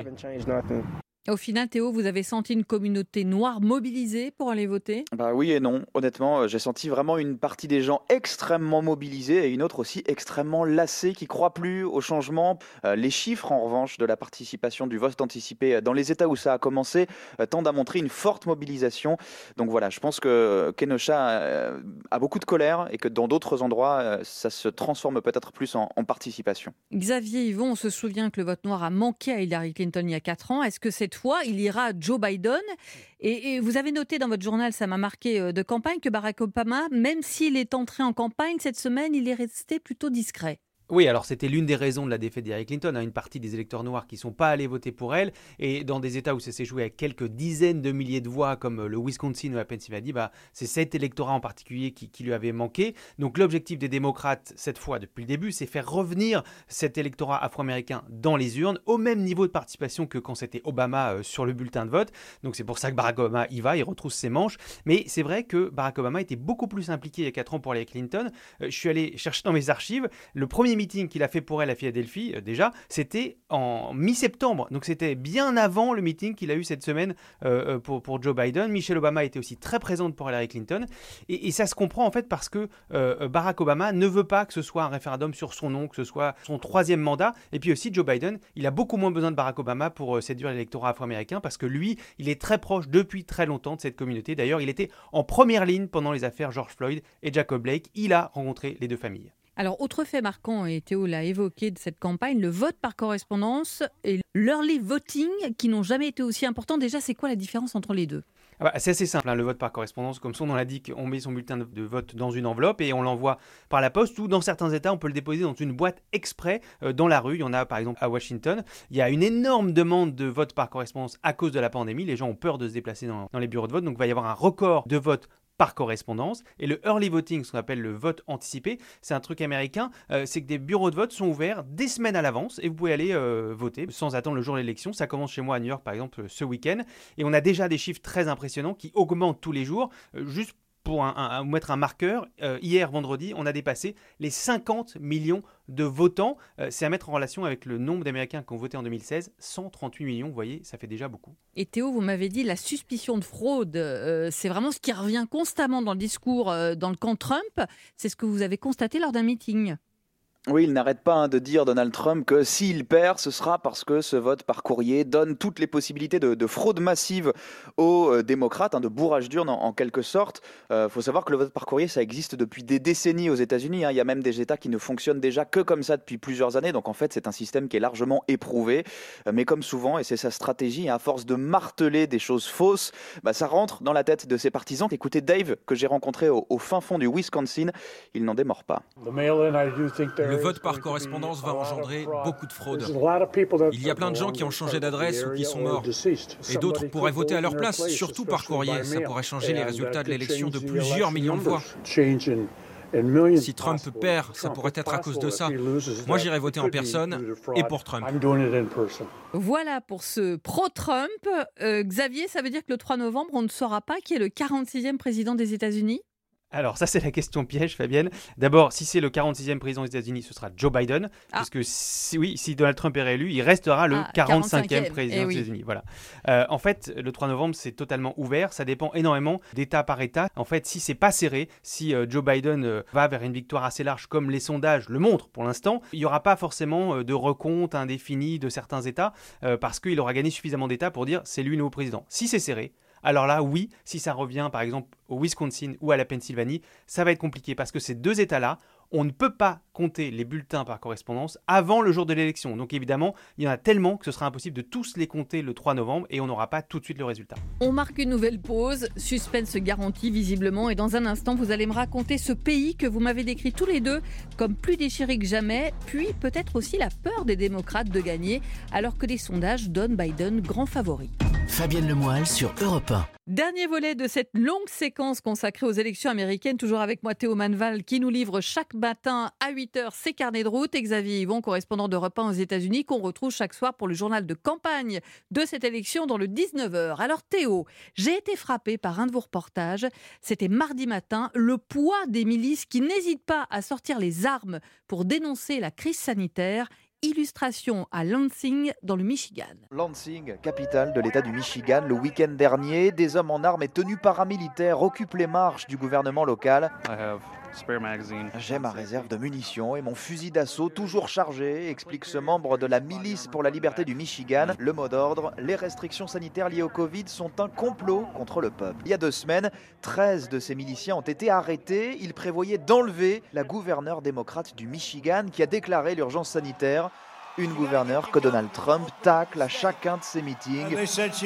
Speaker 3: Au final, Théo, vous avez senti une communauté noire mobilisée pour aller voter ?
Speaker 21: Oui et non. Honnêtement, j'ai senti vraiment une partie des gens extrêmement mobilisés et une autre aussi extrêmement lassée qui ne croient plus au changement. Les chiffres, en revanche, de la participation du vote anticipé dans les États où ça a commencé tendent à montrer une forte mobilisation. Donc voilà, je pense que Kenosha a beaucoup de colère et que dans d'autres endroits, ça se transforme peut-être plus en participation.
Speaker 3: Xavier Yvon, on se souvient que le vote noir a manqué à Hillary Clinton il y a 4 ans. Est-ce que cette fois, il ira à Joe Biden. Et vous avez noté dans votre journal, ça m'a marqué de campagne, que Barack Obama, même s'il est entré en campagne cette semaine, il est resté plutôt discret.
Speaker 20: Oui, alors c'était l'une des raisons de la défaite d'Hillary Clinton, une partie des électeurs noirs qui ne sont pas allés voter pour elle, et dans des États où ça s'est joué à quelques dizaines de milliers de voix, comme le Wisconsin ou la Pennsylvanie, c'est cet électorat en particulier qui lui avait manqué. Donc l'objectif des démocrates, cette fois, depuis le début, c'est faire revenir cet électorat afro-américain dans les urnes, au même niveau de participation que quand c'était Obama sur le bulletin de vote. Donc c'est pour ça que Barack Obama y va, il retrousse ses manches. Mais c'est vrai que Barack Obama était beaucoup plus impliqué il y a 4 ans pour Hillary Clinton. Je suis allé chercher dans mes archives, le premier meeting qu'il a fait pour elle à Philadelphie, déjà, c'était en mi-septembre. Donc c'était bien avant le meeting qu'il a eu cette semaine pour Joe Biden. Michelle Obama était aussi très présente pour Hillary Clinton. Et ça se comprend en fait parce que Barack Obama ne veut pas que ce soit un référendum sur son nom, que ce soit son 3e mandat. Et puis aussi Joe Biden, il a beaucoup moins besoin de Barack Obama pour séduire l'électorat afro-américain parce que lui, il est très proche depuis très longtemps de cette communauté. D'ailleurs, il était en première ligne pendant les affaires George Floyd et Jacob Blake. Il a rencontré les 2 familles.
Speaker 3: Alors, autre fait marquant, et Théo l'a évoqué de cette campagne, le vote par correspondance et l'early voting qui n'ont jamais été aussi importants. Déjà, c'est quoi la différence entre les deux ?
Speaker 20: C'est assez simple, le vote par correspondance, comme son nom l'indique, on met son bulletin de vote dans une enveloppe et on l'envoie par la poste, ou dans certains États, on peut le déposer dans une boîte exprès dans la rue. Il y en a par exemple à Washington. Il y a une énorme demande de vote par correspondance à cause de la pandémie. Les gens ont peur de se déplacer dans les bureaux de vote, donc il va y avoir un record de vote par correspondance. Et le early voting, ce qu'on appelle le vote anticipé, c'est un truc américain, c'est que des bureaux de vote sont ouverts des semaines à l'avance et vous pouvez aller voter sans attendre le jour de l'élection. Ça commence chez moi à New York par exemple ce week-end et on a déjà des chiffres très impressionnants qui augmentent tous les jours. Juste pour mettre un marqueur, hier vendredi, on a dépassé les 50 millions de votants. C'est à mettre en relation avec le nombre d'Américains qui ont voté en 2016, 138 millions, vous voyez, ça fait déjà beaucoup.
Speaker 3: Et Théo, vous m'avez dit la suspicion de fraude, c'est vraiment ce qui revient constamment dans le discours dans le camp Trump. C'est ce que vous avez constaté lors d'un meeting.
Speaker 21: Oui, il n'arrête pas de dire, Donald Trump, que s'il perd, ce sera parce que ce vote par courrier donne toutes les possibilités de fraude massive aux démocrates, de bourrage d'urne en quelque sorte. Faut savoir que le vote par courrier, ça existe depuis des décennies aux États-Unis. Il y a même des États qui ne fonctionnent déjà que comme ça depuis plusieurs années. Donc en fait, c'est un système qui est largement éprouvé. Mais comme souvent, et c'est sa stratégie, à force de marteler des choses fausses, ça rentre dans la tête de ses partisans. Écoutez Dave, que j'ai rencontré au fin fond du Wisconsin, il n'en démord pas.
Speaker 8: Le vote par correspondance va engendrer beaucoup de fraude. Il y a plein de gens qui ont changé d'adresse ou qui sont morts. Et d'autres pourraient voter à leur place, surtout par courrier. Ça pourrait changer les résultats de l'élection de plusieurs millions de voix. Si Trump perd, ça pourrait être à cause de ça. Moi, j'irai voter en personne et pour Trump.
Speaker 3: Voilà pour ce pro-Trump. Xavier, ça veut dire que le 3 novembre, on ne saura pas qui est le 46e président des États-Unis ?
Speaker 20: Alors ça c'est la question piège, Fabienne. D'abord, si c'est le 46e président des États-Unis, ce sera Joe Biden, puisque si Donald Trump est réélu, il restera le 45e président des États-Unis. Voilà. En fait, le 3 novembre, c'est totalement ouvert, ça dépend énormément d'État par État. En fait, si c'est pas serré, si Joe Biden va vers une victoire assez large, comme les sondages le montrent pour l'instant, il n'y aura pas forcément de recompte indéfini de certains États, parce qu'il aura gagné suffisamment d'États pour dire c'est lui le nouveau président. Si c'est serré, alors là, oui, si ça revient par exemple au Wisconsin ou à la Pennsylvanie, ça va être compliqué parce que ces deux États-là, on ne peut pas compter les bulletins par correspondance avant le jour de l'élection. Donc évidemment, il y en a tellement que ce sera impossible de tous les compter le 3 novembre et on n'aura pas tout de suite le résultat.
Speaker 3: On marque une nouvelle pause, suspense garanti visiblement, et dans un instant, vous allez me raconter ce pays que vous m'avez décrit tous les deux comme plus déchiré que jamais, puis peut-être aussi la peur des démocrates de gagner, alors que les sondages donnent Biden grand favori.
Speaker 2: Fabienne Lemoyle sur Europe 1.
Speaker 3: Dernier volet de cette longue séquence consacrée aux élections américaines, toujours avec moi Théo Manval qui nous livre chaque matin à 8h ses carnets de route, et Xavier Yvon, correspondant d'Europe 1 aux États-Unis, qu'on retrouve chaque soir pour le journal de campagne de cette élection dans le 19h. Alors Théo, j'ai été frappée par un de vos reportages, c'était mardi matin, le poids des milices qui n'hésitent pas à sortir les armes pour dénoncer la crise sanitaire. Illustration à Lansing, dans le Michigan.
Speaker 21: Lansing, capitale de l'État du Michigan, le week-end dernier, des hommes en armes et tenues paramilitaires occupent les marches du gouvernement local. J'ai ma réserve de munitions et mon fusil d'assaut toujours chargé, explique ce membre de la milice pour la liberté du Michigan. Le mot d'ordre, les restrictions sanitaires liées au Covid sont un complot contre le peuple. Il y a 2 semaines, 13 de ces miliciens ont été arrêtés. Ils prévoyaient d'enlever la gouverneure démocrate du Michigan qui a déclaré l'urgence sanitaire. Une gouverneure que Donald Trump tacle à chacun de ses meetings.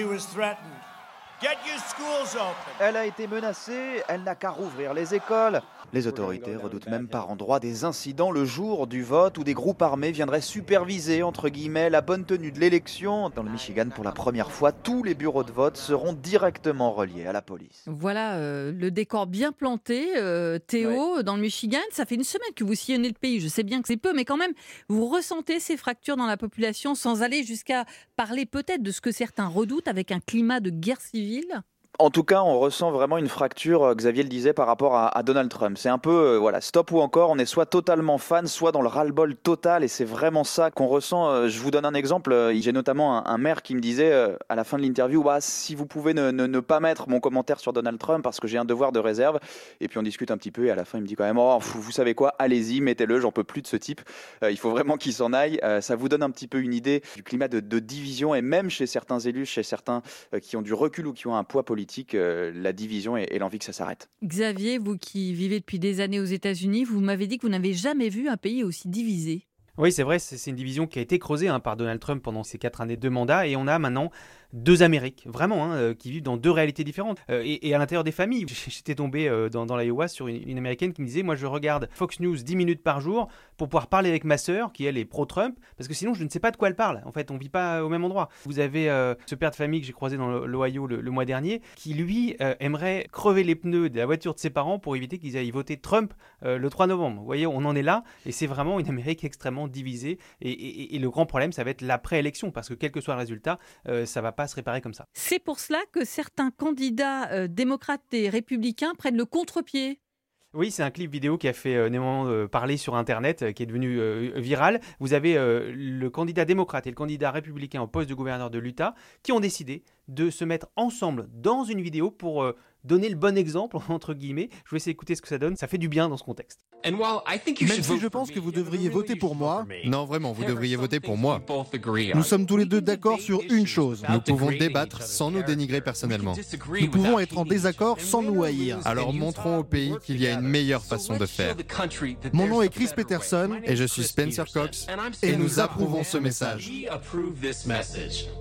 Speaker 21: Elle a été menacée, elle n'a qu'à rouvrir les écoles. Les autorités redoutent même par endroits des incidents le jour du vote où des groupes armés viendraient superviser, entre guillemets, la bonne tenue de l'élection. Dans le Michigan, pour la première fois, tous les bureaux de vote seront directement reliés à la police.
Speaker 3: Voilà le décor bien planté, Théo, dans le Michigan. Ça fait une semaine que vous sillonnez le pays, je sais bien que c'est peu, mais quand même, vous ressentez ces fractures dans la population sans aller jusqu'à parler peut-être de ce que certains redoutent avec un climat de guerre civile.
Speaker 21: En tout cas, on ressent vraiment une fracture, Xavier le disait, par rapport à Donald Trump. C'est un peu, stop ou encore, on est soit totalement fan, soit dans le ras-le-bol total, et c'est vraiment ça qu'on ressent. Je vous donne un exemple, j'ai notamment un maire qui me disait, à la fin de l'interview, si vous pouvez ne pas mettre mon commentaire sur Donald Trump, parce que j'ai un devoir de réserve, et puis on discute un petit peu, et à la fin il me dit quand même, vous savez quoi, allez-y, mettez-le, j'en peux plus de ce type, il faut vraiment qu'il s'en aille. Ça vous donne un petit peu une idée du climat de division, et même chez certains élus, chez certains qui ont du recul ou qui ont un poids politique, la division et l'envie que ça s'arrête.
Speaker 3: Xavier, vous qui vivez depuis des années aux États-Unis, vous m'avez dit que vous n'avez jamais vu un pays aussi divisé.
Speaker 20: Oui, c'est vrai, c'est une division qui a été creusée par Donald Trump pendant ses 4 années de mandat, et on a maintenant 2 Amériques, vraiment, qui vivent dans 2 réalités différentes. Et à l'intérieur des familles, j'étais tombé dans l'Iowa sur une Américaine qui me disait, moi je regarde Fox News 10 minutes par jour pour pouvoir parler avec ma sœur, qui elle est pro-Trump, parce que sinon je ne sais pas de quoi elle parle. En fait, on ne vit pas au même endroit. Vous avez ce père de famille que j'ai croisé dans l'Ohio le mois dernier, qui lui aimerait crever les pneus de la voiture de ses parents pour éviter qu'ils aillent voter Trump le 3 novembre. Vous voyez, on en est là, et c'est vraiment une Amérique extrêmement divisée. Et le grand problème, ça va être l'après-élection, parce que quel que soit le résultat, ça va pas se réparer comme ça.
Speaker 3: C'est pour cela que certains candidats démocrates et républicains prennent le contre-pied.
Speaker 20: Oui, c'est un clip vidéo qui a fait énormément parler sur Internet, qui est devenu viral. Vous avez le candidat démocrate et le candidat républicain au poste de gouverneur de l'Utah qui ont décidé de se mettre ensemble dans une vidéo pour donner le bon exemple, entre guillemets. Je vais essayer d'écouter ce que ça donne. Ça fait du bien dans ce contexte.
Speaker 9: Même si je pense que vous devriez voter pour moi, non vraiment, vous devriez voter pour moi. Nous sommes tous les deux d'accord sur une chose. Nous pouvons débattre sans nous dénigrer personnellement. Nous pouvons être en désaccord sans nous haïr. Alors montrons au pays qu'il y a une meilleure façon de faire. Mon nom est Chris Peterson et je suis Spencer Cox et nous approuvons ce message.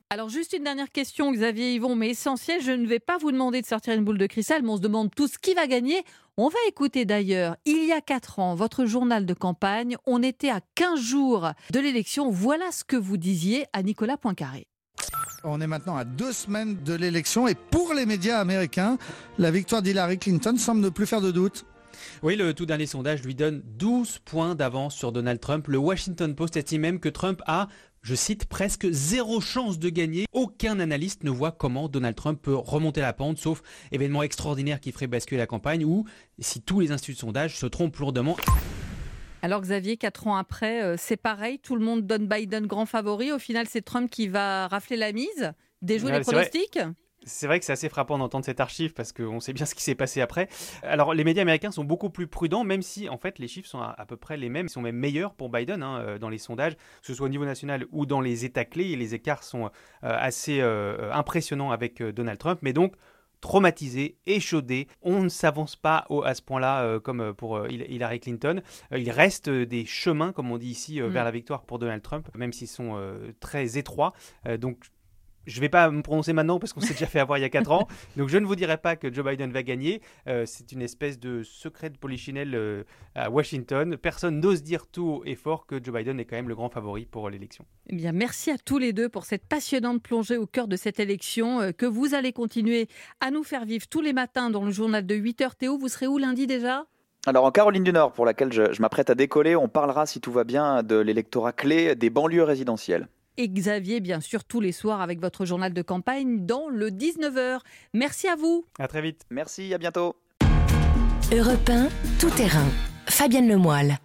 Speaker 3: Alors juste une dernière question, Xavier Yvon, mais essentielle. Je ne vais pas vous demander de sortir une boule de cristal, mais on se demande tous qui va gagner. On va écouter d'ailleurs, il y a 4 ans, votre journal de campagne. On était à 15 jours de l'élection. Voilà ce que vous disiez à Nicolas Poincaré.
Speaker 10: On est maintenant à 2 semaines de l'élection et pour les médias américains, la victoire d'Hillary Clinton semble ne plus faire de doute.
Speaker 20: Oui, le tout dernier sondage lui donne 12 points d'avance sur Donald Trump. Le Washington Post estime même que Trump a, je cite, presque 0 chance de gagner. Aucun analyste ne voit comment Donald Trump peut remonter la pente, sauf événement extraordinaire qui ferait basculer la campagne ou si tous les instituts de sondage se trompent lourdement.
Speaker 3: Alors Xavier, 4 ans après, c'est pareil, tout le monde donne Biden grand favori. Au final, c'est Trump qui va rafler la mise, déjouer les pronostics.
Speaker 20: C'est vrai que c'est assez frappant d'entendre cet archive parce qu'on sait bien ce qui s'est passé après. Alors les médias américains sont beaucoup plus prudents, même si en fait les chiffres sont à peu près les mêmes. Ils sont même meilleurs pour Biden dans les sondages, que ce soit au niveau national ou dans les États clés. Et les écarts sont assez impressionnants avec Donald Trump. Mais donc traumatisé, échaudé. On ne s'avance pas à ce point-là comme pour Hillary Clinton. Il reste des chemins, comme on dit ici, vers la victoire pour Donald Trump, même s'ils sont très étroits. Donc je ne vais pas me prononcer maintenant parce qu'on s'est déjà fait avoir il y a 4 ans. Donc je ne vous dirai pas que Joe Biden va gagner. C'est une espèce de secret de polichinelle à Washington. Personne n'ose dire tout haut et fort que Joe Biden est quand même le grand favori pour l'élection.
Speaker 3: Eh bien, merci à tous les deux pour cette passionnante plongée au cœur de cette élection que vous allez continuer à nous faire vivre tous les matins dans le journal de 8h. Théo, vous serez où lundi déjà ?
Speaker 21: Alors en Caroline du Nord, pour laquelle je m'apprête à décoller, on parlera, si tout va bien, de l'électorat clé des banlieues résidentielles.
Speaker 3: Et Xavier, bien sûr, tous les soirs avec votre journal de campagne dans le 19h. Merci à vous.
Speaker 20: À très vite.
Speaker 21: Merci, à bientôt.
Speaker 1: Europe 1, tout terrain. Fabienne Lemoyle.